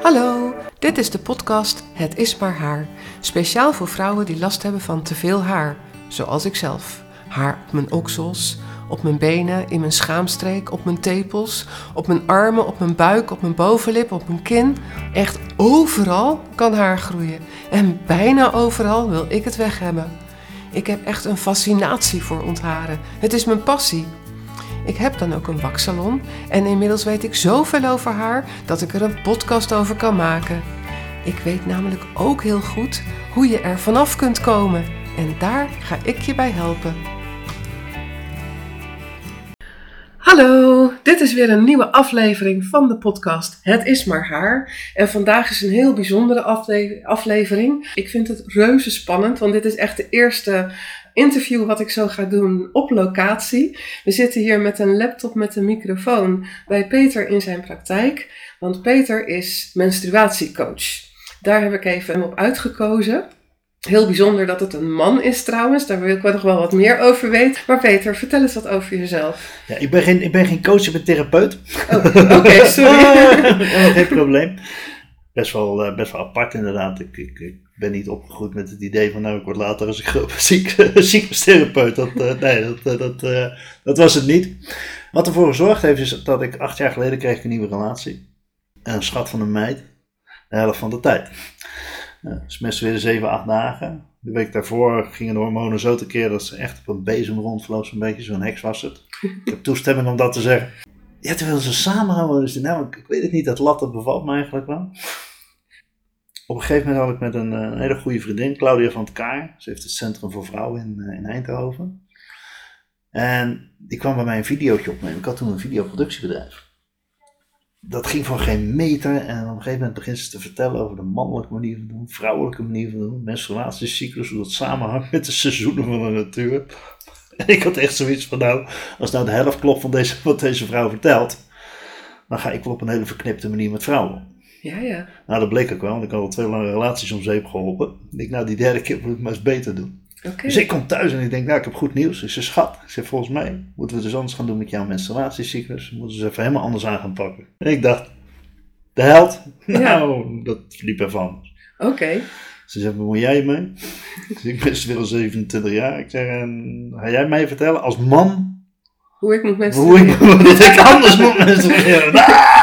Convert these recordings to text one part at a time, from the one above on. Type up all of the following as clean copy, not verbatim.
Hallo, dit is de podcast Het is maar haar. Speciaal voor vrouwen die last hebben van te veel haar, zoals ik zelf. Haar op mijn oksels, op mijn benen, in mijn schaamstreek, op mijn tepels, op mijn armen, op mijn buik, op mijn bovenlip, op mijn kin. Echt overal kan haar groeien. En bijna overal wil ik het weg hebben. Ik heb echt een fascinatie voor ontharen. Het is mijn passie. Ik heb dan ook een waksalon en inmiddels weet ik zoveel over haar dat ik er een podcast over kan maken. Ik weet namelijk ook heel goed hoe je er vanaf kunt komen en daar ga ik je bij helpen. Hallo, dit is weer een nieuwe aflevering van de podcast Het is maar haar. En vandaag is een heel bijzondere aflevering. Ik vind het reuze spannend, want dit is echt de eerste interview wat ik zo ga doen op locatie. We zitten hier met een laptop met een microfoon bij Peter in zijn praktijk. Want Peter is menstruatiecoach. Daar heb ik even op uitgekozen. Heel bijzonder dat het een man is trouwens. Daar wil ik nog wel wat meer over weten. Maar Peter, vertel eens wat over jezelf. Ja, ik ben geen coach, ik ben therapeut. Oké, sorry. Geen probleem. Best wel apart inderdaad. Ik ben niet opgegroeid met het idee van ik word later als ik ziekenhuistherapeut. Dat was het niet. Wat ervoor gezorgd heeft is dat ik 8 jaar geleden kreeg een nieuwe relatie. En een schat van een meid. De helft van de tijd. Dus menstrueerde 7-8 dagen. De week daarvoor gingen de hormonen zo tekeer dat ze echt op een bezem rondvloog. Zo'n beetje, zo'n heks was het. Ik heb toestemming om dat te zeggen. Ja, toen wilden ze samen gaan wonen. Dus ik weet het niet, dat latte bevalt me eigenlijk wel. Op een gegeven moment had ik met een hele goede vriendin, Claudia van het Kaar. Ze heeft het Centrum voor Vrouwen in Eindhoven. En die kwam bij mij een videootje opnemen. Ik had toen een videoproductiebedrijf. Dat ging voor geen meter. En op een gegeven moment begint ze te vertellen over de mannelijke manier van doen, vrouwelijke manier van doen, menstruatiecyclus, hoe dat samenhangt met de seizoenen van de natuur. En ik had echt zoiets van, als nou de helft klopt van wat deze vrouw vertelt, dan ga ik wel op een hele verknipte manier met vrouwen. Ja. Nou, dat bleek ook wel, want ik had al 2 lange relaties om zeep geholpen. Ik denk, die derde keer moet ik het maar eens beter doen. Okay. Dus ik kom thuis en ik denk, ik heb goed nieuws. Ik zeg, schat, volgens mij moeten we het dus anders gaan doen met jouw menstruatiecyclus. We moeten ze even helemaal anders aan gaan pakken. En ik dacht, de held? Nou, dat verliep even anders. Oké. Ze zegt, bemoei jij je mee? Ik ben wel 27 jaar. Ik zeg, ga jij mij vertellen als man hoe ik moet menstrueren? Hoe ik anders moet menstrueren?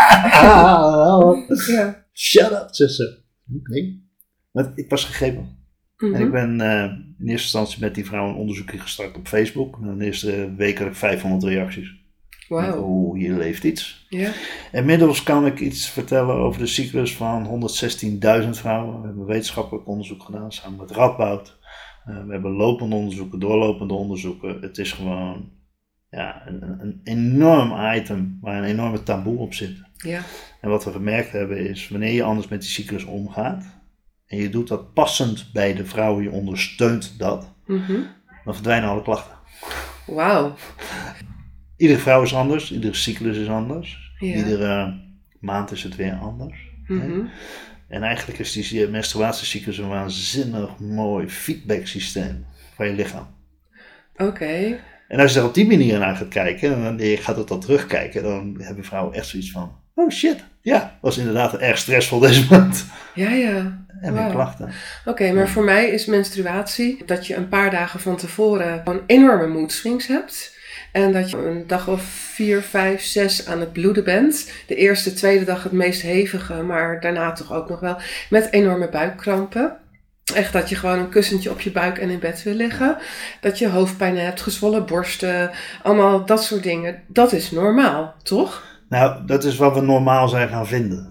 Ja. Shut up, zegt ze. Oké. Maar ik was gegrepen. En ik ben in eerste instantie met die vrouw een onderzoekje gestart op Facebook. En de eerste week had ik 500 reacties. Wauw. Hier leeft iets. Ja. Inmiddels kan ik iets vertellen over de cyclus van 116.000 vrouwen. We hebben wetenschappelijk onderzoek gedaan samen met Radboud. We hebben lopende onderzoeken, doorlopende onderzoeken. Het is gewoon een enorm item waar een enorme taboe op zit. Ja. En wat we gemerkt hebben is, wanneer je anders met die cyclus omgaat, en je doet dat passend bij de vrouw, je ondersteunt dat, dan verdwijnen alle klachten. Wauw. Iedere vrouw is anders, iedere cyclus is anders, Ja. iedere maand is het weer anders. En eigenlijk is die menstruatiecyclus een waanzinnig mooi feedbacksysteem van je lichaam. Oké. En als je daar op die manier naar gaat kijken, en je gaat het dan terugkijken, dan hebben vrouwen echt zoiets van, oh shit, ja, was inderdaad erg stressvol deze maand. Ja. En meer klachten. Oké, maar voor mij is menstruatie dat je een paar dagen van tevoren gewoon enorme mood swings hebt. En dat je een dag of 4, 5, 6 aan het bloeden bent. De eerste, tweede dag het meest hevige, maar daarna toch ook nog wel. Met enorme buikkrampen. Echt dat je gewoon een kussentje op je buik en in bed wil liggen. Dat je hoofdpijn hebt, gezwollen borsten. Allemaal dat soort dingen. Dat is normaal, toch? Nou, dat is wat we normaal zijn gaan vinden.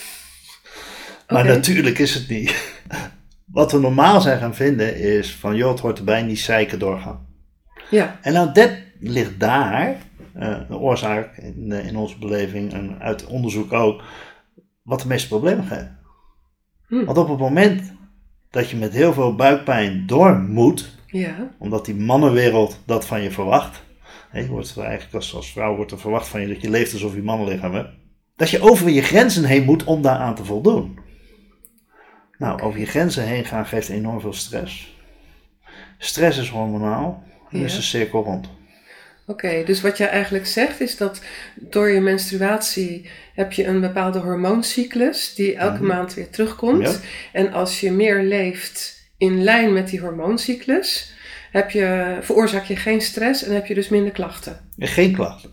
Maar natuurlijk is het niet. Wat we normaal zijn gaan vinden is van, het hoort erbij, niet zeiken doorgaan. Ja. En nou, dat ligt daar, de oorzaak in onze beleving en uit onderzoek ook, wat de meeste problemen geeft. Want op het moment dat je met heel veel buikpijn door moet, omdat die mannenwereld dat van je verwacht, je wordt eigenlijk als vrouw wordt er verwacht van je dat je leeft alsof je mannenlichaam hebt, dat je over je grenzen heen moet om daaraan te voldoen. Nou, over je grenzen heen gaan geeft enorm veel stress. Stress is hormonaal en is de cirkel rond. Oké, dus wat jij eigenlijk zegt is dat door je menstruatie heb je een bepaalde hormooncyclus die elke maand weer terugkomt. Ja. En als je meer leeft in lijn met die hormooncyclus, veroorzaak je geen stress en heb je dus minder klachten. Geen klachten.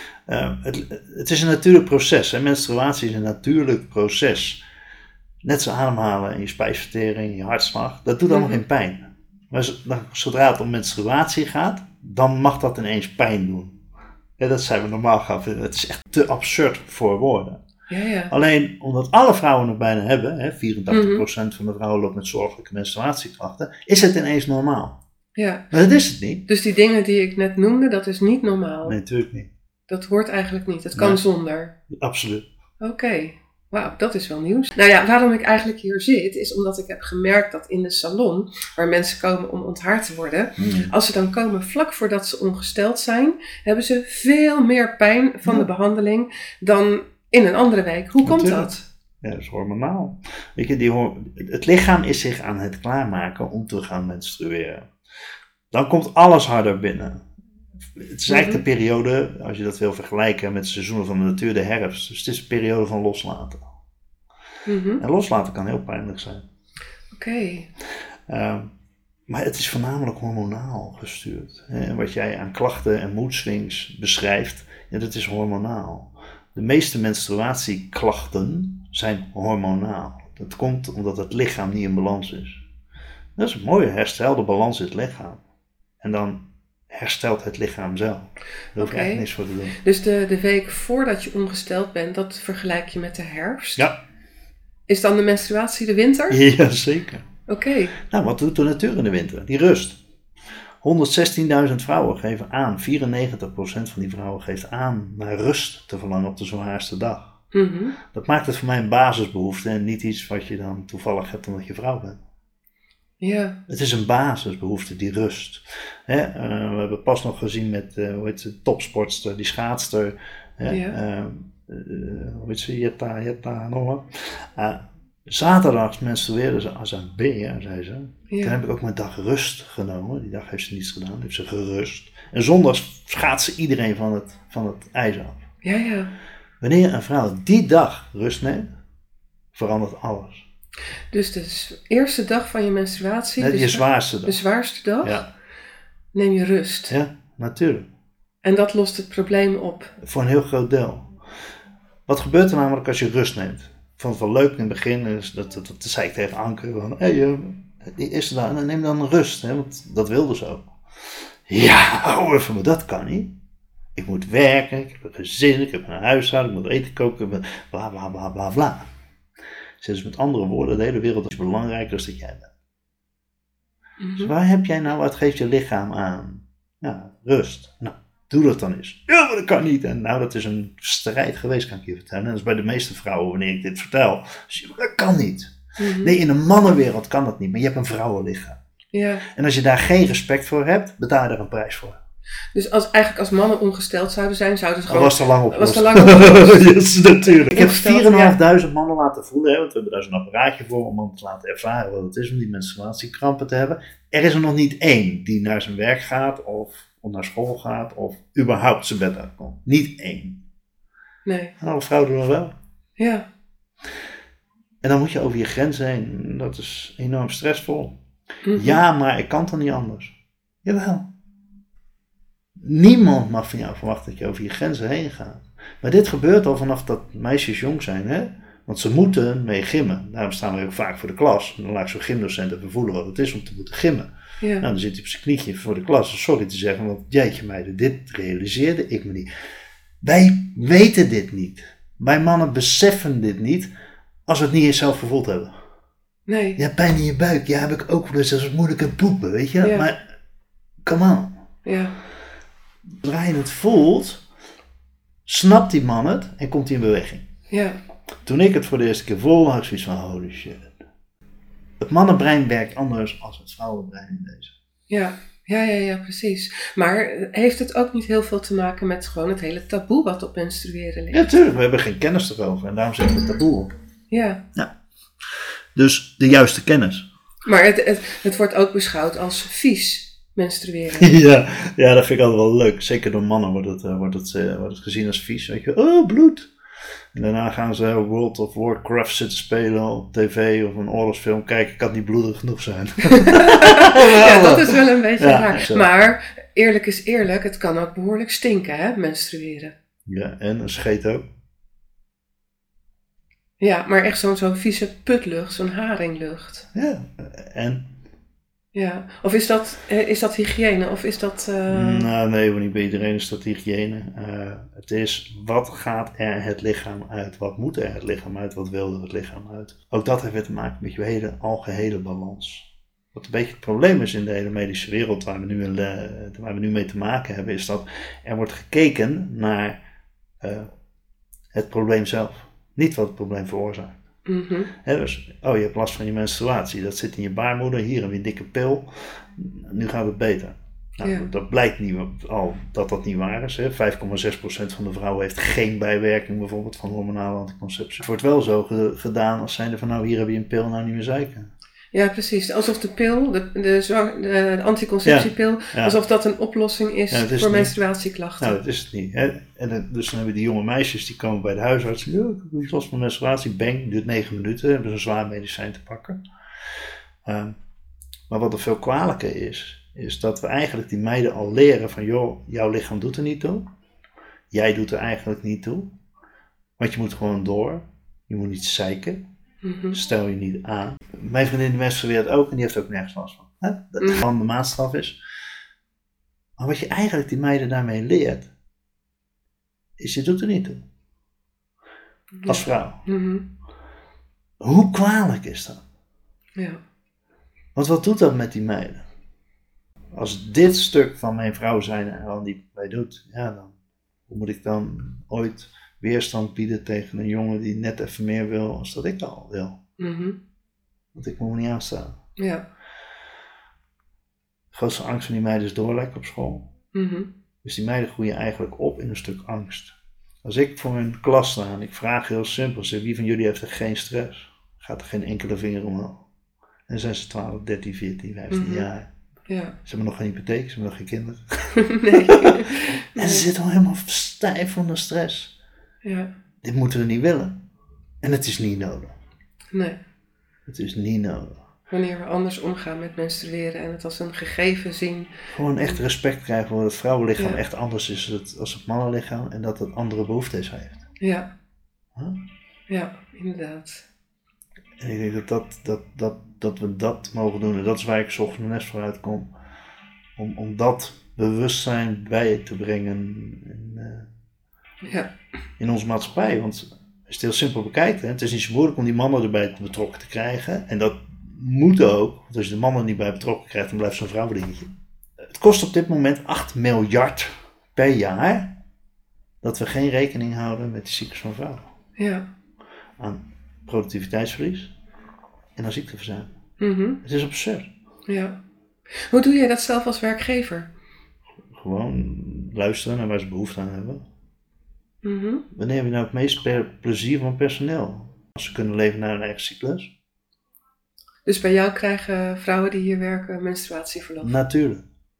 Het is een natuurlijk proces. Hè? Menstruatie is een natuurlijk proces. Net zo ademhalen en je spijsvertering, je hartslag, dat doet allemaal geen pijn. Maar zodra het om menstruatie gaat, dan mag dat ineens pijn doen. Ja, dat zijn we normaal gaan vinden. Het is echt te absurd voor woorden. Ja. Alleen omdat alle vrouwen het bijna hebben, hè, 84% van de vrouwen loopt met zorgelijke menstruatieklachten, is het ineens normaal. Ja. Maar dat is het niet. Dus die dingen die ik net noemde, dat is niet normaal. Nee, natuurlijk niet. Dat hoort eigenlijk niet. Het kan zonder. Absoluut. Oké. Wauw, dat is wel nieuws. Nou ja, waarom ik eigenlijk hier zit, is omdat ik heb gemerkt dat in de salon, waar mensen komen om onthaard te worden, als ze dan komen vlak voordat ze ongesteld zijn, hebben ze veel meer pijn van de behandeling dan in een andere week. Hoe komt dat? Ja, dat is hormonaal. Weet je, het lichaam is zich aan het klaarmaken om te gaan menstrueren. Dan komt alles harder binnen. Het is eigenlijk de periode, als je dat wil vergelijken met de seizoenen van de natuur, de herfst. Dus het is een periode van loslaten. En loslaten kan heel pijnlijk zijn. Oké. Maar het is voornamelijk hormonaal gestuurd. En wat jij aan klachten en moedswings beschrijft, ja, dat is hormonaal. De meeste menstruatieklachten zijn hormonaal. Dat komt omdat het lichaam niet in balans is. Dat is een mooie herstel, de balans in het lichaam. En dan herstelt het lichaam zelf. Daar hoef je echt niks voor te doen. Dus de week voordat je ongesteld bent, dat vergelijk je met de herfst? Ja. Is dan de menstruatie de winter? Ja, zeker. Oké. Nou, wat doet de natuur in de winter? Die rust. 116.000 vrouwen geven aan, 94% van die vrouwen geeft aan naar rust te verlangen op de zwaarste dag. Dat maakt het voor mij een basisbehoefte en niet iets wat je dan toevallig hebt omdat je vrouw bent. Ja. Het is een basisbehoefte, die rust. We hebben pas nog gezien met de topsportster, die schaatster. Hoe heet ze? Jetta, nog wat. Zaterdags menstrueerde ze als een beer, zei ze. Ja. Toen heb ik ook mijn dag rust genomen. Die dag heeft ze niets gedaan, heeft ze gerust. En zondags schaatste iedereen van het ijs af. Ja. Wanneer een vrouw die dag rust neemt, verandert alles. Dus de eerste dag van je menstruatie, Je zwaarste dag. De zwaarste dag, ja. Neem je rust. Ja, natuurlijk. En dat lost het probleem op? Voor een heel groot deel. Wat gebeurt er namelijk als je rust neemt? Ik vond het wel leuk in het begin, dat zei ik tegen Anke, van, die eerste dag, neem dan rust, hè, want dat wilde ze ook. Ja, hou even, maar dat kan niet. Ik moet werken, ik heb een gezin, ik heb een huishouden, ik moet eten koken, bla bla bla bla bla. Dus met andere woorden, de hele wereld is belangrijker dan dat jij bent. Dus waar heb jij nou, wat geeft je lichaam aan? Ja, rust. Nou, doe dat dan eens. Ja, maar dat kan niet. En nou, dat is een strijd geweest, kan ik je vertellen. En dat is bij de meeste vrouwen, wanneer ik dit vertel. Dus, dat kan niet. Nee, in een mannenwereld kan dat niet, maar je hebt een vrouwenlichaam. Ja. En als je daar geen respect voor hebt, betaal je er een prijs voor. Dus als mannen ongesteld zouden zijn, zouden ze gewoon... Dat was te lang opgelost. Yes, natuurlijk. Ik heb 4.500 mannen laten voelen, hè, want we hebben daar zo'n apparaatje voor om hem te laten ervaren wat het is om die menstruatiekrampen te hebben. Er is er nog niet één die naar zijn werk gaat of naar school gaat of überhaupt zijn bed uitkomt. Niet één. Nee. En alle vrouwen doen dat wel. Ja. En dan moet je over je grenzen heen. Dat is enorm stressvol. Ja, maar ik kan toch niet anders? Jawel. Niemand mag van jou verwachten dat je over je grenzen heen gaat. Maar dit gebeurt al vanaf dat meisjes jong zijn, hè? Want ze moeten mee gimmen. Daarom staan we ook vaak voor de klas. En dan laat ik zo'n gymdocent even voelen wat het is om te moeten gimmen. Ja. Nou, dan zit hij op zijn knietje voor de klas. Sorry te zeggen, want jeetje meiden, dit realiseerde ik me niet. Wij weten dit niet. Wij mannen beseffen dit niet als we het niet eens zelf gevoeld hebben. Nee. Je hebt pijn in je buik. Ja, heb ik ook wel eens. Dat is moeilijk aan poepen, weet je. Ja. Maar, come on. Ja. Zodra je het voelt, snapt die man het en komt hij in beweging. Ja. Toen ik het voor de eerste keer voelde, had ik zoiets van, holy shit. Het mannenbrein werkt anders dan het vrouwenbrein in deze. Ja, precies. Maar heeft het ook niet heel veel te maken met gewoon het hele taboe wat op menstrueren ligt? Ja, tuurlijk. We hebben geen kennis erover en daarom zetten we taboe op. Ja. Dus de juiste kennis. Maar het wordt ook beschouwd als vies. menstrueren. Ja, dat vind ik altijd wel leuk. Zeker door mannen wordt het gezien als vies. Weet je, oh, bloed. En daarna gaan ze World of Warcraft zitten spelen op tv of een oorlogsfilm. Kijk, kan niet bloedig genoeg zijn. Ja, dat is wel een beetje raar. Zo. Maar eerlijk is eerlijk, het kan ook behoorlijk stinken, hè, menstrueren. Ja, en een scheet ook. Ja, maar echt zo'n vieze putlucht, zo'n haringlucht. Ja, en? Ja, of is dat hygiëne of is dat... Nou, nee, niet bij iedereen is dat hygiëne. Het is, wat gaat er het lichaam uit? Wat moet er het lichaam uit? Wat wil er het lichaam uit? Ook dat heeft weer te maken met je hele algehele balans. Wat een beetje het probleem is in de hele medische wereld waar we nu mee te maken hebben, is dat er wordt gekeken naar het probleem zelf. Niet wat het probleem veroorzaakt. Mm-hmm. Dus, je hebt last van je menstruatie, dat zit in je baarmoeder, hier heb je een dikke pil, nu gaat het beter. Nou, Ja. Dat blijkt al dat dat niet waar is. Hè. 5,6% van de vrouwen heeft geen bijwerking bijvoorbeeld van hormonale anticonceptie. Het wordt wel zo gedaan als zijnde van hier heb je een pil, nou niet meer zeiken. Ja, precies. Alsof de pil, de anticonceptiepil, alsof dat een oplossing is voor menstruatieklachten. Nou, dat is het niet. Hè. Dus dan hebben die jonge meisjes, die komen bij de huisarts. Ja, ik heb last van menstruatie. Bang, duurt 9 minuten. Hebben ze een zwaar medicijn te pakken. Maar wat er veel kwalijker is dat we eigenlijk die meiden al leren van, joh, jouw lichaam doet er niet toe. Jij doet er eigenlijk niet toe. Want je moet gewoon door. Je moet niet zeiken. Mm-hmm. Stel je niet aan. Mijn vriendin die menstrueert ook en die heeft ook nergens last van. Hè? Dat het gewoon de maatstaf is. Maar wat je eigenlijk die meiden daarmee leert, is je doet er niet toe. Als vrouw. Mm-hmm. Hoe kwalijk is dat? Ja. Want wat doet dat met die meiden? Als dit stuk van mijn vrouw zijn er al niet bij doet, ja dan, hoe moet ik dan ooit weerstand bieden tegen een jongen die net even meer wil als dat ik al wil? Mm-hmm. Want ik moet me niet aanstaan. Ja. De grootste angst van die meiden is doorlek op school. Mm-hmm. Dus die meiden groeien eigenlijk op in een stuk angst. Als ik voor mijn klas sta en ik vraag heel simpel, zeg, wie van jullie heeft er geen stress? Gaat er geen enkele vinger omhoog. En zijn ze 12, 13, 14, 15 jaar. Ja. Ze hebben nog geen hypotheek, ze hebben nog geen kinderen. Nee. En ze zitten al helemaal stijf onder stress. Ja. Dit moeten we niet willen. En het is niet nodig. Nee. Het is niet nodig. Wanneer we anders omgaan met menstrueren en het als een gegeven zien. Gewoon echt respect krijgen voor het vrouwenlichaam echt anders is als het mannenlichaam. En dat het andere behoeftes heeft. Ja. Huh? Ja, inderdaad. En ik denk dat we dat mogen doen. En dat is waar ik 's ochtends net voor uitkom. Om dat bewustzijn bij te brengen in onze maatschappij. Want als je het heel simpel bekijkt, het is niet zo moeilijk om die mannen erbij betrokken te krijgen. En dat moet ook. Want als je de mannen niet bij betrokken krijgt, dan blijft zo'n vrouwendingetje. Het kost op dit moment 8 miljard per jaar dat we geen rekening houden met de ziektes van vrouwen. Ja. Aan productiviteitsverlies en aan ziekteverzuim. Mm-hmm. Het is absurd. Ja. Hoe doe je dat zelf als werkgever? Gewoon luisteren naar waar ze behoefte aan hebben. Mm-hmm. Wanneer heb je nou het meest plezier van personeel? Als ze kunnen leven naar hun eigen cyclus? Dus bij jou krijgen vrouwen die hier werken menstruatieverlof? Natuurlijk.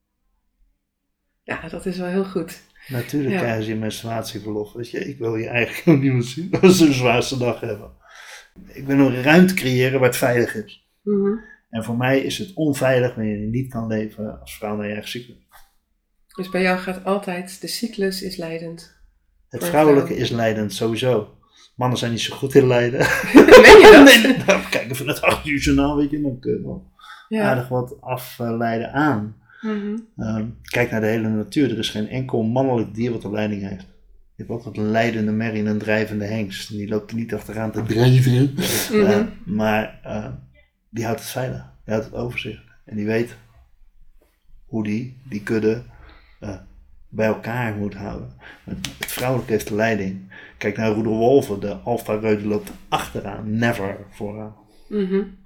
Ja, dat is wel heel goed. Natuurlijk krijgen ze je menstruatieverlof. Weet je, ik wil je eigenlijk ook niemand zien als ze een zwaarste dag hebben. Ik wil een ruimte creëren waar het veilig is. Mm-hmm. En voor mij is het onveilig wanneer je niet kan leven als vrouw naar je eigen cyclus. Dus bij jou gaat altijd, de cyclus is leidend. Het vrouwelijke is leidend sowieso. Mannen zijn niet zo goed in lijden. Meen je dat? Nee, nou, kijk even naar het 8 uur journaal, weet je, dan kun je wel aardig wat afleiden aan. Mm-hmm. Kijk naar de hele natuur. Er is geen enkel mannelijk dier wat de leiding heeft. Je hebt altijd een leidende merrie en een drijvende hengst. En die loopt er niet achteraan te drijven. Mm-hmm. Maar die houdt het veilig. Die houdt het overzicht. En die weet hoe die kudde bij elkaar moet houden. Het vrouwelijke heeft de leiding. Kijk naar Roeder Wolven. De alfa-reude loopt achteraan. Never vooraan. Mm-hmm.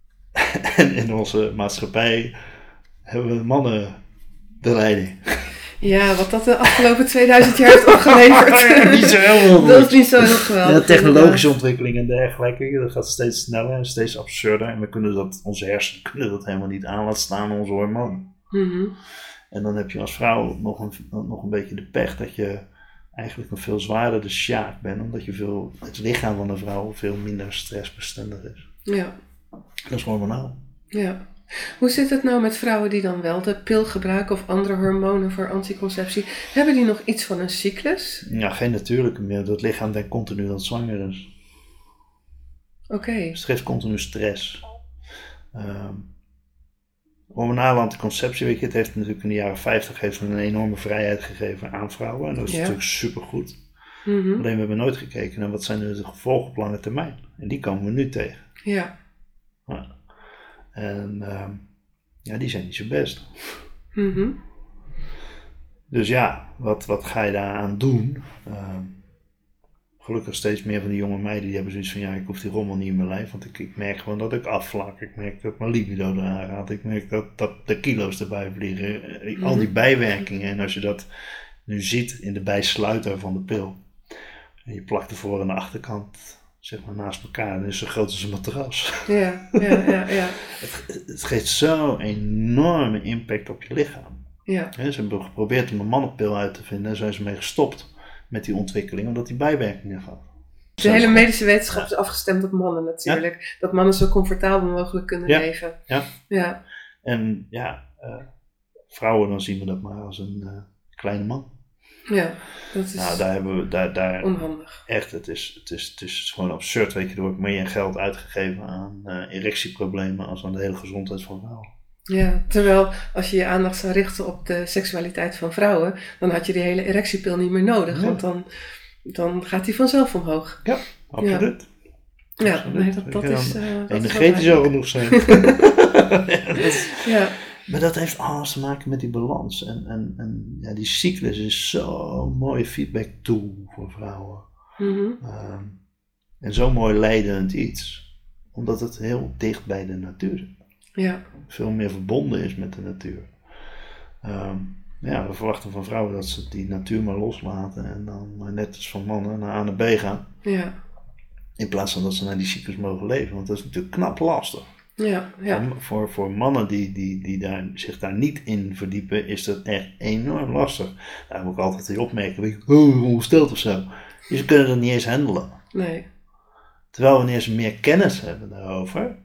En in onze maatschappij hebben we mannen de leiding. Ja, wat dat de afgelopen 2000 jaar heeft opgeleverd. Niet zo heel veel. Dat is niet zo heel geweldig. De technologische ontwikkeling en dergelijke, dat gaat steeds sneller en steeds absurder. En we kunnen dat, onze hersenen kunnen dat helemaal niet aan laten staan, onze hormonen. Mm-hmm. En dan heb je als vrouw nog een beetje de pech dat je eigenlijk een veel zwaardere sjaak bent. Omdat het lichaam van een vrouw veel minder stressbestendig is. Ja. Dat is hormonaal. Ja. Hoe zit het nou met vrouwen die dan wel de pil gebruiken of andere hormonen voor anticonceptie? Hebben die nog iets van een cyclus? Ja, geen natuurlijke meer. Dat lichaam denkt continu dat het zwanger is. Oké. Dus het geeft continu stress. Hormonale anticonceptie, weet je, het heeft natuurlijk in de jaren 50 een enorme vrijheid gegeven aan vrouwen. En dat is natuurlijk supergoed. Mm-hmm. Alleen we hebben nooit gekeken naar wat zijn nu de gevolgen op lange termijn. En die komen we nu tegen. Ja. En die zijn niet zo best. Mm-hmm. Dus ja, wat ga je daaraan doen? Gelukkig steeds meer van die jonge meiden die hebben zoiets van ja, ik hoef die rommel niet in mijn lijf. Want ik merk gewoon dat ik afvlak. Ik merk dat mijn libido eraan gaat. Ik merk dat de kilo's erbij vliegen. Al die bijwerkingen. En als je dat nu ziet in de bijsluiter van de pil. En je plakt de voor- en de achterkant zeg maar naast elkaar. Dan is het zo groot als een matras. Ja. Het geeft zo'n enorme impact op je lichaam. Ja. Ze hebben geprobeerd om een mannenpil uit te vinden. En zijn ze mee gestopt met die ontwikkeling. Omdat die bijwerkingen gaf. De hele medische wetenschap is afgestemd op mannen natuurlijk. Ja? Dat mannen zo comfortabel mogelijk kunnen leven. Ja. En vrouwen dan zien we dat maar als een kleine man. Ja, dat is daar hebben we daar onhandig. Echt, het is gewoon absurd. Weet je, er wordt meer geld uitgegeven aan erectieproblemen als aan de hele gezondheid van vrouwen. Ja, terwijl als je je aandacht zou richten op de seksualiteit van vrouwen, dan had je die hele erectiepil niet meer nodig. Ja. Want dan gaat die vanzelf omhoog. Ja, absoluut. Ja, nee, dat is... energetisch zou genoeg zijn. Ja. Maar dat heeft alles te maken met die balans. En die cyclus is zo'n mooi feedback tool voor vrouwen. Mm-hmm. En zo'n mooi leidend iets. Omdat het heel dicht bij de natuur zit. Ja. Veel meer verbonden is met de natuur. We verwachten van vrouwen dat ze die natuur maar loslaten. En dan net als van mannen naar A naar B gaan. Ja. In plaats van dat ze naar die cyclus mogen leven. Want dat is natuurlijk knap lastig. Ja. Voor mannen die zich daar niet in verdiepen, is dat echt enorm lastig. Daar moet ik altijd die opmerken, ongesteld of zo. Dus ze kunnen dat niet eens handelen. Nee. Terwijl wanneer ze meer kennis hebben daarover,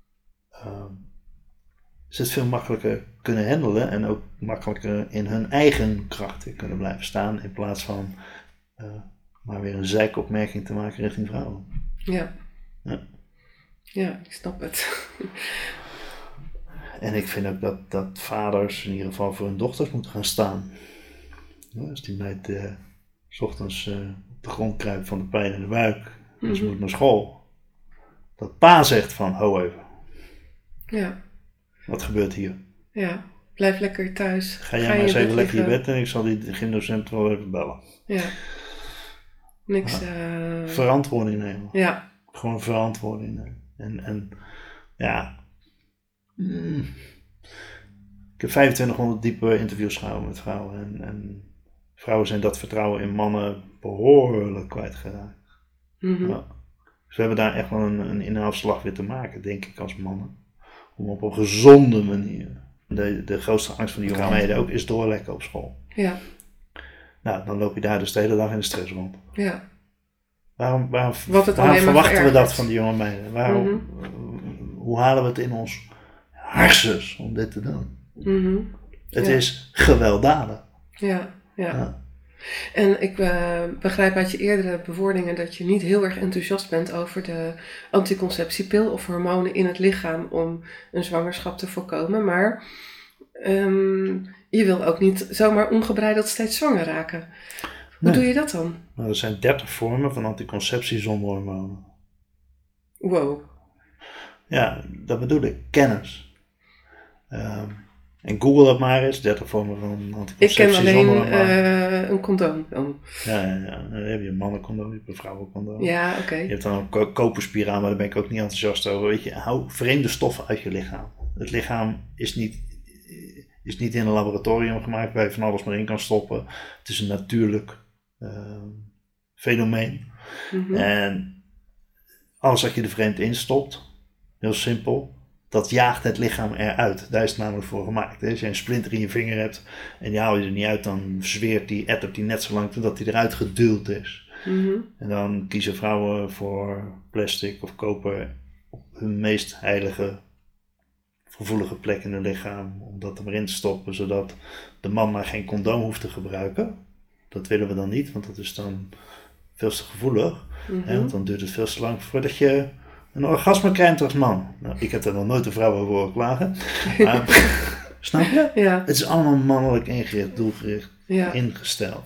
ze het veel makkelijker kunnen handelen en ook makkelijker in hun eigen krachten kunnen blijven staan, in plaats van maar weer een zeikopmerking te maken richting vrouwen. Ja. Ja, ik snap het. En ik vind ook dat vaders in ieder geval voor hun dochters moeten gaan staan. Als die meid 's ochtends op de grond kruipt van de pijn in de buik en ze moet naar school. Dat pa zegt van, ho even. Ja. Wat gebeurt hier? Ja, blijf lekker thuis. Ga jij maar eens even lekker je bed en ik zal die gymdocent wel even bellen. Ja. Niks. Verantwoording nemen. Ja. Gewoon verantwoording nemen. En ik heb 2500 diepe interviews gehouden met vrouwen. En vrouwen zijn dat vertrouwen in mannen behoorlijk kwijtgeraakt. Mm-hmm. Ja. Dus we hebben daar echt wel een inhaalslag weer te maken, denk ik, als mannen. Om op een gezonde manier. De grootste angst van die jonge meiden ook is doorlekken op school. Ja. Nou, dan loop je daar dus de hele dag in de stress rond. Ja. Waarom verwachten we dat van die jonge meiden? Hoe halen we het in ons hersens om dit te doen? Mm-hmm. Het is gewelddadig. Ja. En ik begrijp uit je eerdere bewoordingen dat je niet heel erg enthousiast bent over de anticonceptiepil of hormonen in het lichaam om een zwangerschap te voorkomen. Maar je wil ook niet zomaar ongebreideld steeds zwanger raken. Hoe doe je dat dan? Nou, er zijn 30 vormen van anticonceptie zonder hormonen. Wow. Ja, dat bedoel ik. Kennis. En Google dat maar eens. 30 vormen van anticonceptie zonder hormonen. Ik ken alleen een condoom dan. Ja. Dan heb je een mannencondoom, je hebt een vrouwencondoom. Ja, oké. Je hebt dan een koperspiraal, maar daar ben ik ook niet enthousiast over. Weet je, hou vreemde stoffen uit je lichaam. Het lichaam is niet... is niet in een laboratorium gemaakt waar je van alles maar in kan stoppen. Het is een natuurlijk fenomeen. Mhm. En alles wat je er vreemd instopt, heel simpel, dat jaagt het lichaam eruit. Daar is het namelijk voor gemaakt. Hè? Als je een splinter in je vinger hebt en die haal je er niet uit, dan zweert die, ettert die net zo lang totdat die eruit geduwd is. Mm-hmm. En dan kiezen vrouwen voor plastic of koper op hun meest heilige, gevoelige plek in hun lichaam, om dat er maar in te stoppen, zodat de man maar geen condoom hoeft te gebruiken. Dat willen we dan niet, want dat is dan veel te gevoelig. Mm-hmm. Hè? Want dan duurt het veel te lang voordat je een orgasme krijgt als man. Nou, ik heb daar nog nooit een vrouw over horen klagen. Snap je? Ja. Het is allemaal mannelijk ingericht, doelgericht Ja. ingesteld.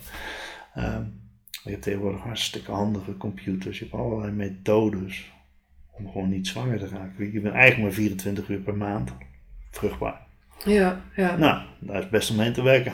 Je hebt tegenwoordig hartstikke handige computers. Je hebt allerlei methodes om gewoon niet zwanger te raken. Je bent eigenlijk maar 24 uur per maand vruchtbaar. Ja, ja. Nou, daar is best omheen te werken.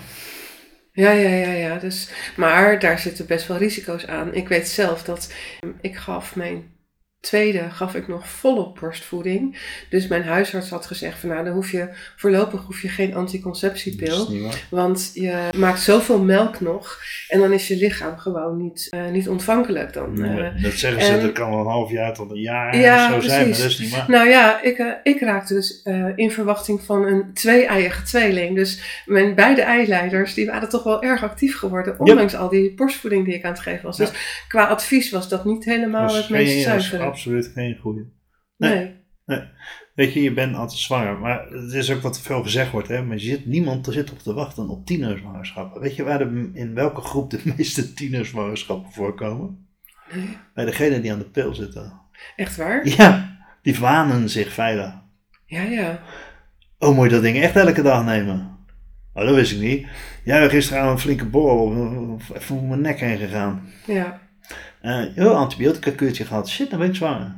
Ja. Dus, maar daar zitten best wel risico's aan. Ik weet zelf dat ik gaf mijn tweede nog volop borstvoeding. Dus mijn huisarts had gezegd van nou, dan voorlopig hoef je geen anticonceptiepil. Dat is niet waar. Want je maakt zoveel melk nog en dan is je lichaam gewoon niet ontvankelijk. Dat zeggen ze, dat kan wel een half jaar tot een jaar Ja, zo zijn, maar precies. dat is niet waar. Nou ja, ik raakte dus in verwachting van een 2-eiige tweeling. Dus mijn beide eileiders, die waren toch wel erg actief geworden, ondanks al die borstvoeding die ik aan het geven was. Ja. Dus qua advies was dat niet helemaal Dat het meest zuivere. absoluut geen goede. Nee. Weet je bent altijd zwanger, maar het is ook wat veel gezegd wordt, hè? Maar niemand zit op te wachten op tienerzwangerschappen. Weet je in welke groep de meeste tienerzwangerschappen voorkomen? Nee. Bij degenen die aan de pil zitten. Echt waar? Ja, die wanen zich veilig. Ja. Oh, moet je dat ding echt elke dag nemen? Oh, dat wist ik niet. Jij hebt gisteren een flinke borrel, even om mijn nek heen gegaan. Ja. Heel antibiotica kuurtje gehad. Shit, dan ben ik zwanger.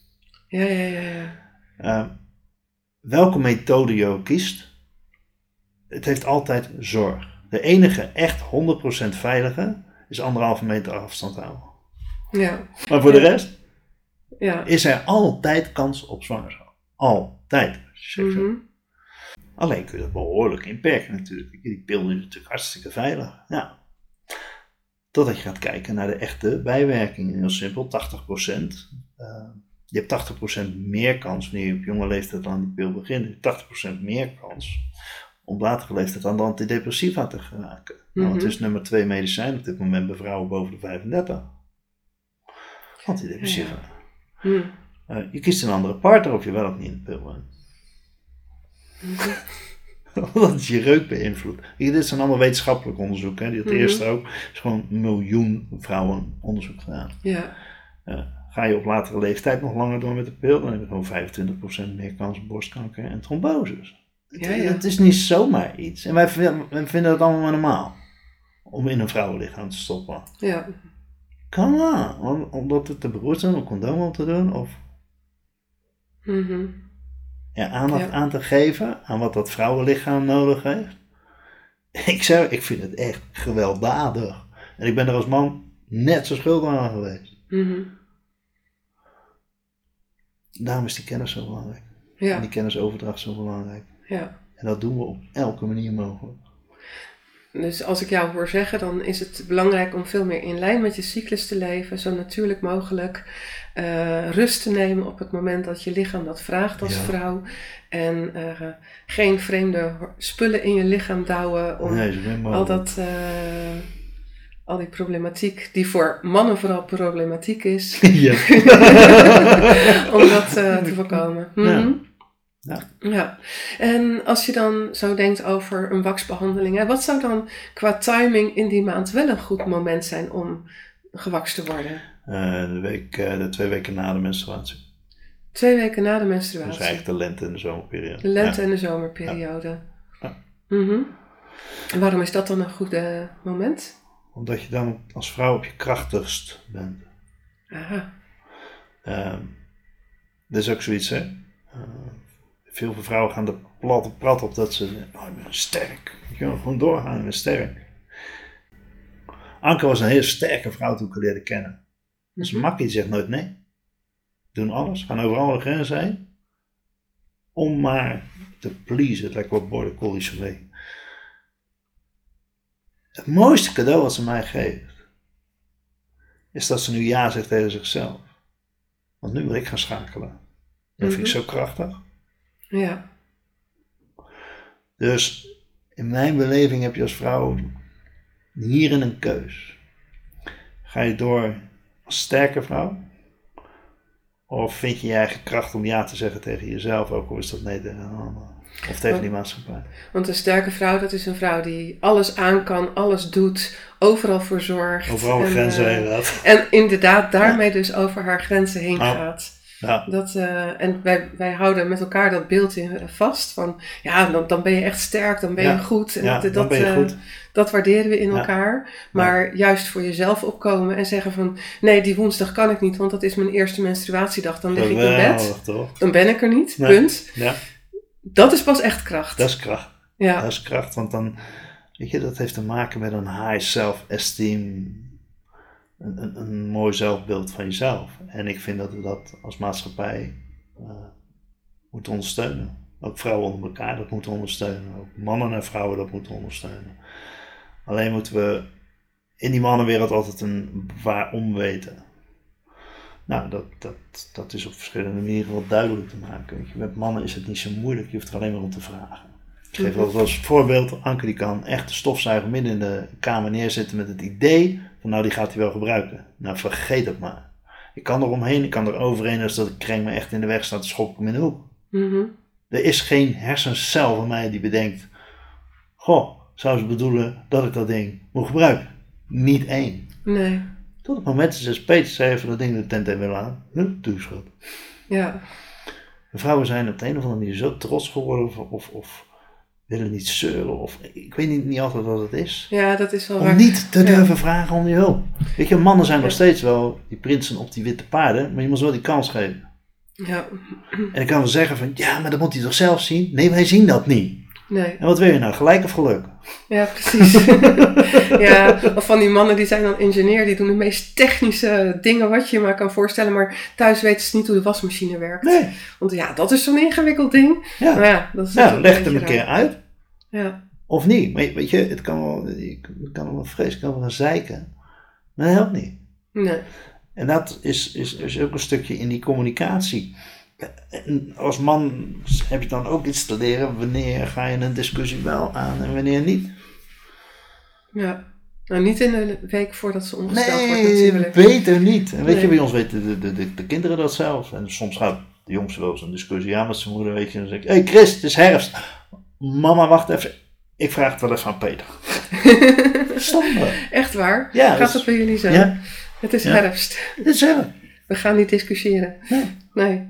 Ja. Welke methode je ook kiest, het heeft altijd zorg. De enige echt 100% veilige is 1,5 meter afstand houden. Ja. Maar voor de rest Ja. is er altijd kans op zwangerschap. Altijd. Mm-hmm. Alleen kun je dat behoorlijk inperken natuurlijk. Die pil is natuurlijk hartstikke veilig. Ja. Totdat je gaat kijken naar de echte bijwerkingen. Heel simpel, 80%. Je hebt 80% meer kans wanneer je op jonge leeftijd aan die pil begint. Je hebt 80% meer kans om op latere leeftijd aan de antidepressiva te geraken. Mm-hmm. Want het is nummer 2 medicijn op dit moment bij vrouwen boven de 35. Antidepressiva. Ja. Je kiest een andere partner of je wel of niet in de pil bent. Mm-hmm. Omdat het je reuk beïnvloedt. Dit zijn allemaal wetenschappelijk onderzoek. Hè. Die had eerst ook. is gewoon 1 miljoen vrouwen onderzoek gedaan. Ja. Ga je op latere leeftijd nog langer door met de pil, dan heb je gewoon 25% meer kans op borstkanker en tromboses. Ja. Het is niet zomaar iets. En wij vinden het allemaal maar normaal. Om in een vrouwenlichaam te stoppen. Ja. Come on. Omdat het te beroerd is om een condoom op te doen. Of Mm-hmm. aandacht aan te geven aan wat dat vrouwenlichaam nodig heeft. Ik vind het echt gewelddadig. En ik ben er als man net zo schuldig aan geweest. Mm-hmm. Daarom is die kennis zo belangrijk. Ja. En die kennisoverdracht zo belangrijk. Ja. En dat doen we op elke manier mogelijk. Dus als ik jou hoor zeggen, dan is het belangrijk om veel meer in lijn met je cyclus te leven, zo natuurlijk mogelijk. Rust te nemen op het moment dat je lichaam dat vraagt als vrouw. En geen vreemde spullen in je lichaam douwen om al die problematiek, die voor mannen vooral problematiek is, om dat te voorkomen. Mm-hmm. Ja. En als je dan zo denkt over een waxbehandeling, wat zou dan qua timing in die maand wel een goed moment zijn om gewakst te worden? De 2 weken na de menstruatie. 2 weken na de menstruatie. Dus eigenlijk de lente en de zomerperiode. De lente en de zomerperiode. Ja. Mm-hmm. En waarom is dat dan een goed moment? Omdat je dan als vrouw op je krachtigst bent. Aha. Dat is ook zoiets, hè. Veel vrouwen gaan er plat op dat ze ik ben sterk. Je kan gewoon doorgaan, ik ben sterk. Anke was een heel sterke vrouw toen ik haar leerde kennen. Dus Makkie zegt nooit nee. Doen alles, gaan overal de grens heen. Om maar te pleasen, het lijkt wel border collie soufflé. Het mooiste cadeau wat ze mij geeft, is dat ze nu ja zegt tegen zichzelf. Want nu wil ik gaan schakelen. Dat vind ik zo krachtig. Ja. Dus in mijn beleving heb je als vrouw hierin een keus. Ga je door als sterke vrouw? Of vind je je eigen kracht om ja te zeggen tegen jezelf, ook al is dat nee tegen een ander? Of tegen die maatschappij? Want een sterke vrouw, dat is een vrouw die alles aan kan, alles doet, overal voor zorgt. Overal grenzen heen gaat. En inderdaad daarmee dus over haar grenzen heen gaat. Ja. En wij houden met elkaar dat beeld vast van, ja, dan ben je echt sterk, dan ben je goed. En dan ben je goed. Dat waarderen we in elkaar. Maar juist voor jezelf opkomen en zeggen van, nee, die woensdag kan ik niet, want dat is mijn eerste menstruatiedag. Dan lig ik in bed. Toch? Dan ben ik er niet, punt. Ja. Dat is pas echt kracht. Dat is kracht. Ja. Dat is kracht, want dan, weet je, dat heeft te maken met een high self-esteem. Een mooi zelfbeeld van jezelf. En ik vind dat we dat als maatschappij moeten ondersteunen. Ook vrouwen onder elkaar dat moeten ondersteunen. Ook mannen en vrouwen dat moeten ondersteunen. Alleen moeten we in die mannenwereld altijd een waarom weten. Nou, dat is op verschillende manieren wel duidelijk te maken. Weet je, met mannen is het niet zo moeilijk, je hoeft er alleen maar om te vragen. Ik geef wel als voorbeeld, Anke die kan echt de stofzuiger midden in de kamer neerzetten met het idee van nou die gaat hij wel gebruiken. Nou vergeet het maar. Ik kan er omheen, ik kan er overheen, als dat kreng me echt in de weg staat, dan schop ik hem in de hoek. Er is geen hersencel van mij die bedenkt, goh, zou ze bedoelen dat ik dat ding moet gebruiken? Niet één. Nee. Tot het moment dat ze Peter zei even dat ding de tent in wil aan. Doe schat. Ja. De vrouwen zijn op de een of andere manier zo trots geworden of willen niet zeuren. Of ik weet niet altijd wat het is. Ja, dat is wel om waar. niet te durven vragen om je hulp. Weet je, mannen zijn nog steeds wel die prinsen op die witte paarden. Maar je moet ze wel die kans geven. Ja. En ik kan wel zeggen van ja, maar dat moet hij toch zelf zien? Nee, wij zien dat niet. Nee. En wat wil je nou? Gelijk of geluk? Ja, precies. Ja, of van die mannen die zijn dan ingenieur, die doen de meest technische dingen wat je je maar kan voorstellen, maar thuis weten ze niet hoe de wasmachine werkt. Nee. Want ja, dat is zo'n ingewikkeld ding. Ja. Maar ja, dat is leg het hem een keer uit. Ja. Of niet. Maar weet je, het kan wel vreselijk over gaan zeiken. Maar dat helpt niet. Nee. En dat is ook een stukje in die communicatie. En als man heb je dan ook iets te leren. Wanneer ga je een discussie wel aan en wanneer niet. Ja. Nou, niet in de week voordat ze ongesteld wordt Nee, natuurlijk. beter niet. En weet je, bij ons weten de kinderen dat zelf. En soms gaat de jongste wel eens een discussie aan met zijn moeder. Weet je, en dan zeg ik, hey Chris, het is herfst. Mama, wacht even. Ik vraag het wel even aan Peter. Stommer. Echt waar? Ja, gaat dat bij jullie zo? Ja. Het is herfst. Het is herfst. We gaan niet discussiëren. Nee.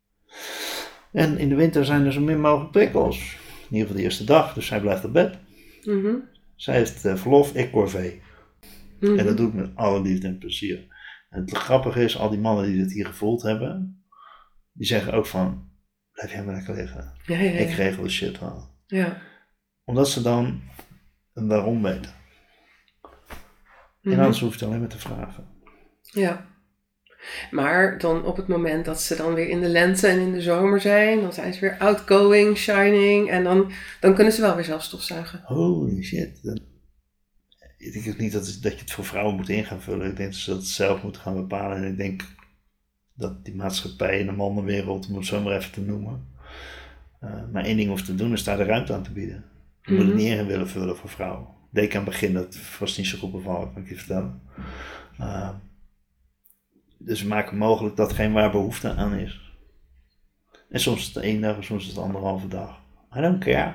En in de winter zijn er zo min mogelijk prikkels. In ieder geval de eerste dag, dus zij blijft op bed. Zij heeft verlof, ik corvée. En dat doe ik met alle liefde en plezier. En het grappige is, al die mannen die dit hier gevoeld hebben, die zeggen ook van, blijf jij maar lekker liggen. Ja. Ik regel de shit wel. Ja. Omdat ze dan een waarom weten. En anders hoef je het alleen maar te vragen. Ja. Maar dan op het moment dat ze dan weer in de lente en in de zomer zijn, dan zijn ze weer outgoing, shining en dan kunnen ze wel weer zelf stofzuigen. Holy shit. Ik denk ook niet dat je het voor vrouwen moet in gaan vullen. Ik denk dat ze dat zelf moeten gaan bepalen. En ik denk dat die maatschappij in de mannenwereld, om het zo maar even te noemen, maar één ding hoeft te doen is daar de ruimte aan te bieden. Je moet het niet in willen vullen voor vrouwen. Deed ik aan het begin, dat was niet zo goed bevallen, kan ik je vertellen. Dus we maken mogelijk datgene waar behoefte aan is. En soms is het 1 dag en soms is het 1,5 dag. I don't care.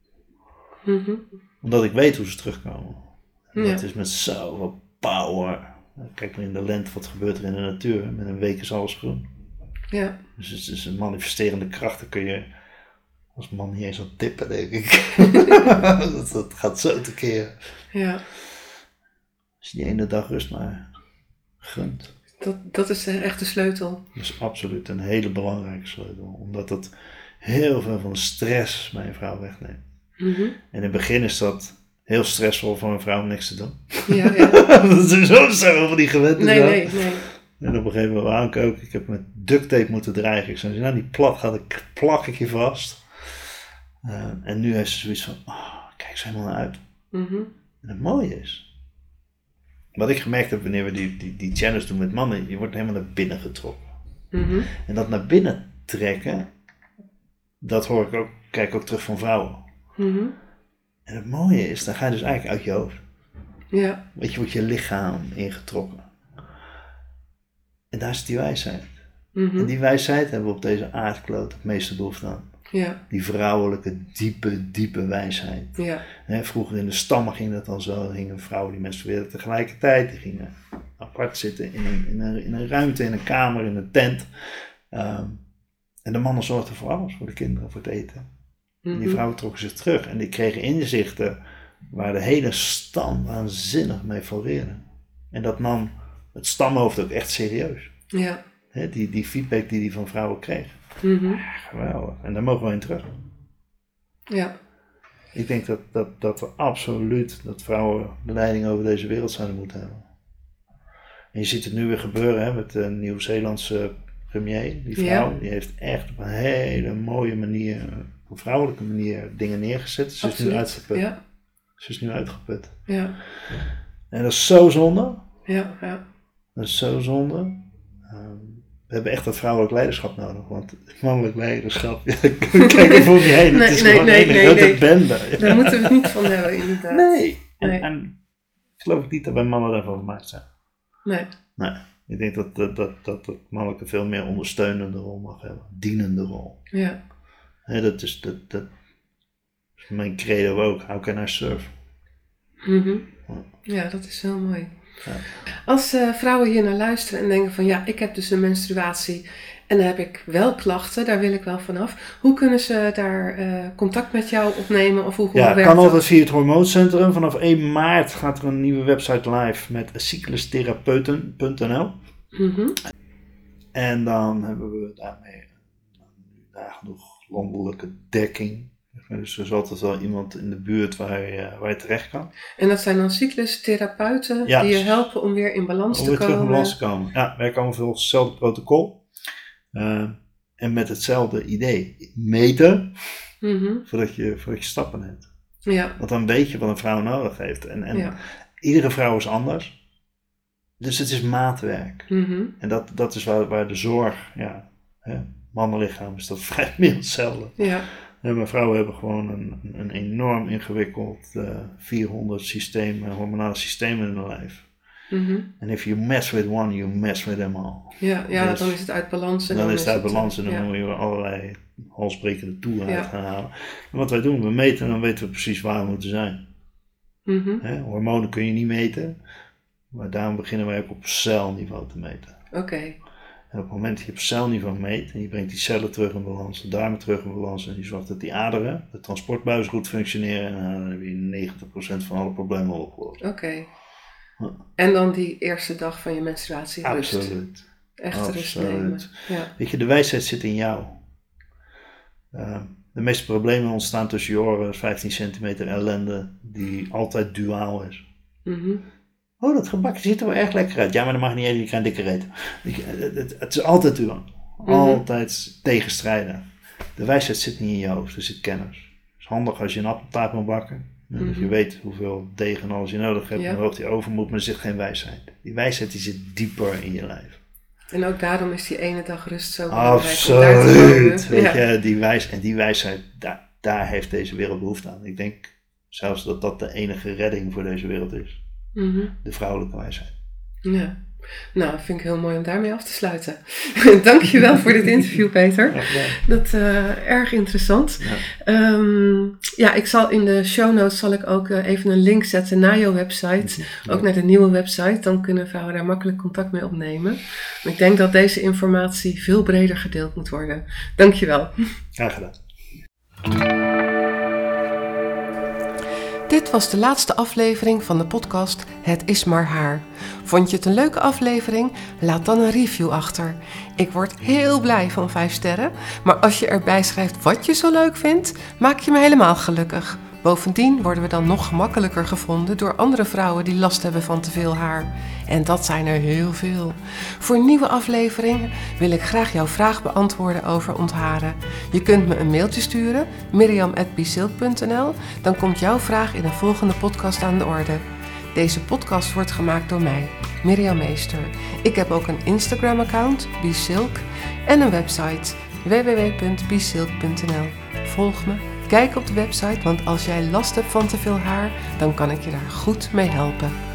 Omdat ik weet hoe ze terugkomen. En dat is met zoveel power. Kijk maar in de lente, wat gebeurt er in de natuur. Met een week is alles groen. Ja. Dus het is een manifesterende kracht. Dan kun je als man niet eens aan tippen, denk ik. dat gaat zo tekeer. Ja. Als je die ene dag rust maar gunt. Dat is echt de sleutel. Dat is absoluut een hele belangrijke sleutel. Omdat het heel veel van de stress bij een vrouw wegneemt. En in het begin is dat heel stressvol voor een vrouw om niks te doen. Ja. Dat is zo van die gewend. Nee. En op een gegeven moment aankoken. Ik heb met duct tape moeten dreigen. Ik zei, nou die plat gaat, plak ik je vast. En nu heeft ze zoiets van, kijk ze helemaal naar uit. En het mooie is, wat ik gemerkt heb wanneer we die challenge doen met mannen, je wordt helemaal naar binnen getrokken. Mhm. En dat naar binnen trekken, dat hoor ik ook, kijk ik ook terug van vrouwen. Mhm. En het mooie is, dan ga je dus eigenlijk uit je hoofd. Ja. Weet je, wordt je lichaam ingetrokken. En daar is die wijsheid. Mhm. En die wijsheid hebben we op deze aardkloot het meeste behoefte aan. Ja. Die vrouwelijke, diepe wijsheid. Ja. Vroeger in de stammen ging dat al zo. Er gingen vrouwen die menstrueerden tegelijkertijd. Die gingen apart zitten in een ruimte, in een kamer, in een tent. En de mannen zorgden voor alles. Voor de kinderen, voor het eten. En die vrouwen trokken zich terug. En die kregen inzichten waar de hele stam waanzinnig mee floreerde. En dat nam het stamhoofd ook echt serieus. Ja. Die feedback die hij van vrouwen kreeg. Mhm. Geweldig. En daar mogen we in terug. Ja. Ik denk dat we absoluut, dat vrouwen de leiding over deze wereld zouden moeten hebben. En je ziet het nu weer gebeuren met de Nieuw-Zeelandse premier. Die vrouw, die heeft echt op een hele mooie manier, op een vrouwelijke manier dingen neergezet. Ze is nu uitgeput. Ja. Ze is nu uitgeput. Ja. En dat is zo zonde. Ja. Ja. Dat is zo zonde. We hebben echt dat vrouwelijk leiderschap nodig, want het mannelijk leiderschap, kijk even om je heen, het is gewoon een grote bende. Ja. Daar moeten we het niet van hebben, inderdaad. Nee. En ik geloof niet dat wij mannen daarvan gemaakt zijn. Nee. Ik denk dat het mannelijke veel meer ondersteunende rol mag hebben, dienende rol. Ja. Dat is mijn credo ook, how can I serve? Mm-hmm. Ja, dat is heel mooi. Ja. Als vrouwen hier naar luisteren en denken van ja, ik heb dus een menstruatie en dan heb ik wel klachten, daar wil ik wel vanaf. Hoe kunnen ze daar contact met jou opnemen of hoe werkt dat? Kan altijd via het Hormooncentrum. Vanaf 1 maart gaat er een nieuwe website live met cyclustherapeuten.nl. Mm-hmm. En dan hebben we daarmee nagenoeg landelijke dekking. Dus er is altijd wel iemand in de buurt waar je terecht kan. En dat zijn dan cyclustherapeuten die je helpen om weer in balans te komen? Om weer terug in balans te komen. Ja, wij komen volgens hetzelfde protocol. En met hetzelfde idee. Meten, voordat je stappen neemt. Ja. Want dan weet je wat een vrouw nodig heeft. En iedere vrouw is anders. Dus het is maatwerk. Mm-hmm. En dat is waar de zorg, mannenlichaam is dat vrij meer hetzelfde. Ja. Maar vrouwen hebben gewoon een enorm ingewikkeld 400 hormonale systemen in hun lijf. Mm-hmm. En if you mess with one, you mess with them all. Ja, dus dan is het uit balans. En dan is het uit balans en dan moet je allerlei halsbrekende toeren uit gaan halen. En wat wij doen, we meten en dan weten we precies waar we moeten zijn. Mm-hmm. Hormonen kun je niet meten, maar daarom beginnen wij ook op celniveau te meten. Oké. En op het moment dat je op celniveau meet en je brengt die cellen terug in balans, de darmen terug in balans en je zorgt dat die aderen, de transportbuizen goed functioneren en dan heb je 90% van alle problemen opgelost. Oké. En dan die eerste dag van je menstruatie rust. Absoluut. Echt rust nemen. Ja. Weet je, de wijsheid zit in jou. De meeste problemen ontstaan tussen je oren, 15 centimeter ellende, die altijd duaal is. Mm-hmm. Oh, dat gebak ziet er wel erg lekker uit. Ja, maar dat mag niet eten, je krijgt dikke reet. Het is altijd duaal. Altijd tegenstrijdig. De wijsheid zit niet in je hoofd, er zit kennis. Het is handig als je een appeltaart moet bakken. Dat je weet hoeveel deeg en alles je nodig hebt. En hoe hoog die over moet, maar er zit geen wijsheid. Die wijsheid die zit dieper in je lijf. En ook daarom is die ene dag rust zo belangrijk. Absoluut. Weet je, die wijsheid, daar heeft deze wereld behoefte aan. Ik denk zelfs dat de enige redding voor deze wereld is. Mm-hmm. De vrouwelijke wijsheid. Ja. Nou, vind ik heel mooi om daarmee af te sluiten. Dankjewel voor dit interview, Peter. Dat erg interessant. Ja. Ik zal in de show notes ook even een link zetten naar jouw website. Ook naar de nieuwe website. Dan kunnen vrouwen daar makkelijk contact mee opnemen. Maar ik denk dat deze informatie veel breder gedeeld moet worden. Dankjewel. Graag gedaan. Dit was de laatste aflevering van de podcast Het is maar haar. Vond je het een leuke aflevering? Laat dan een review achter. Ik word heel blij van 5 sterren, maar als je erbij schrijft wat je zo leuk vindt, maak je me helemaal gelukkig. Bovendien worden we dan nog gemakkelijker gevonden door andere vrouwen die last hebben van te veel haar. En dat zijn er heel veel. Voor nieuwe afleveringen wil ik graag jouw vraag beantwoorden over ontharen. Je kunt me een mailtje sturen, miriam@besilk.nl. Dan komt jouw vraag in een volgende podcast aan de orde. Deze podcast wordt gemaakt door mij, Mirjam Meester. Ik heb ook een Instagram-account, besilk, en een website, www.besilk.nl. Volg me, kijk op de website, want als jij last hebt van te veel haar, dan kan ik je daar goed mee helpen.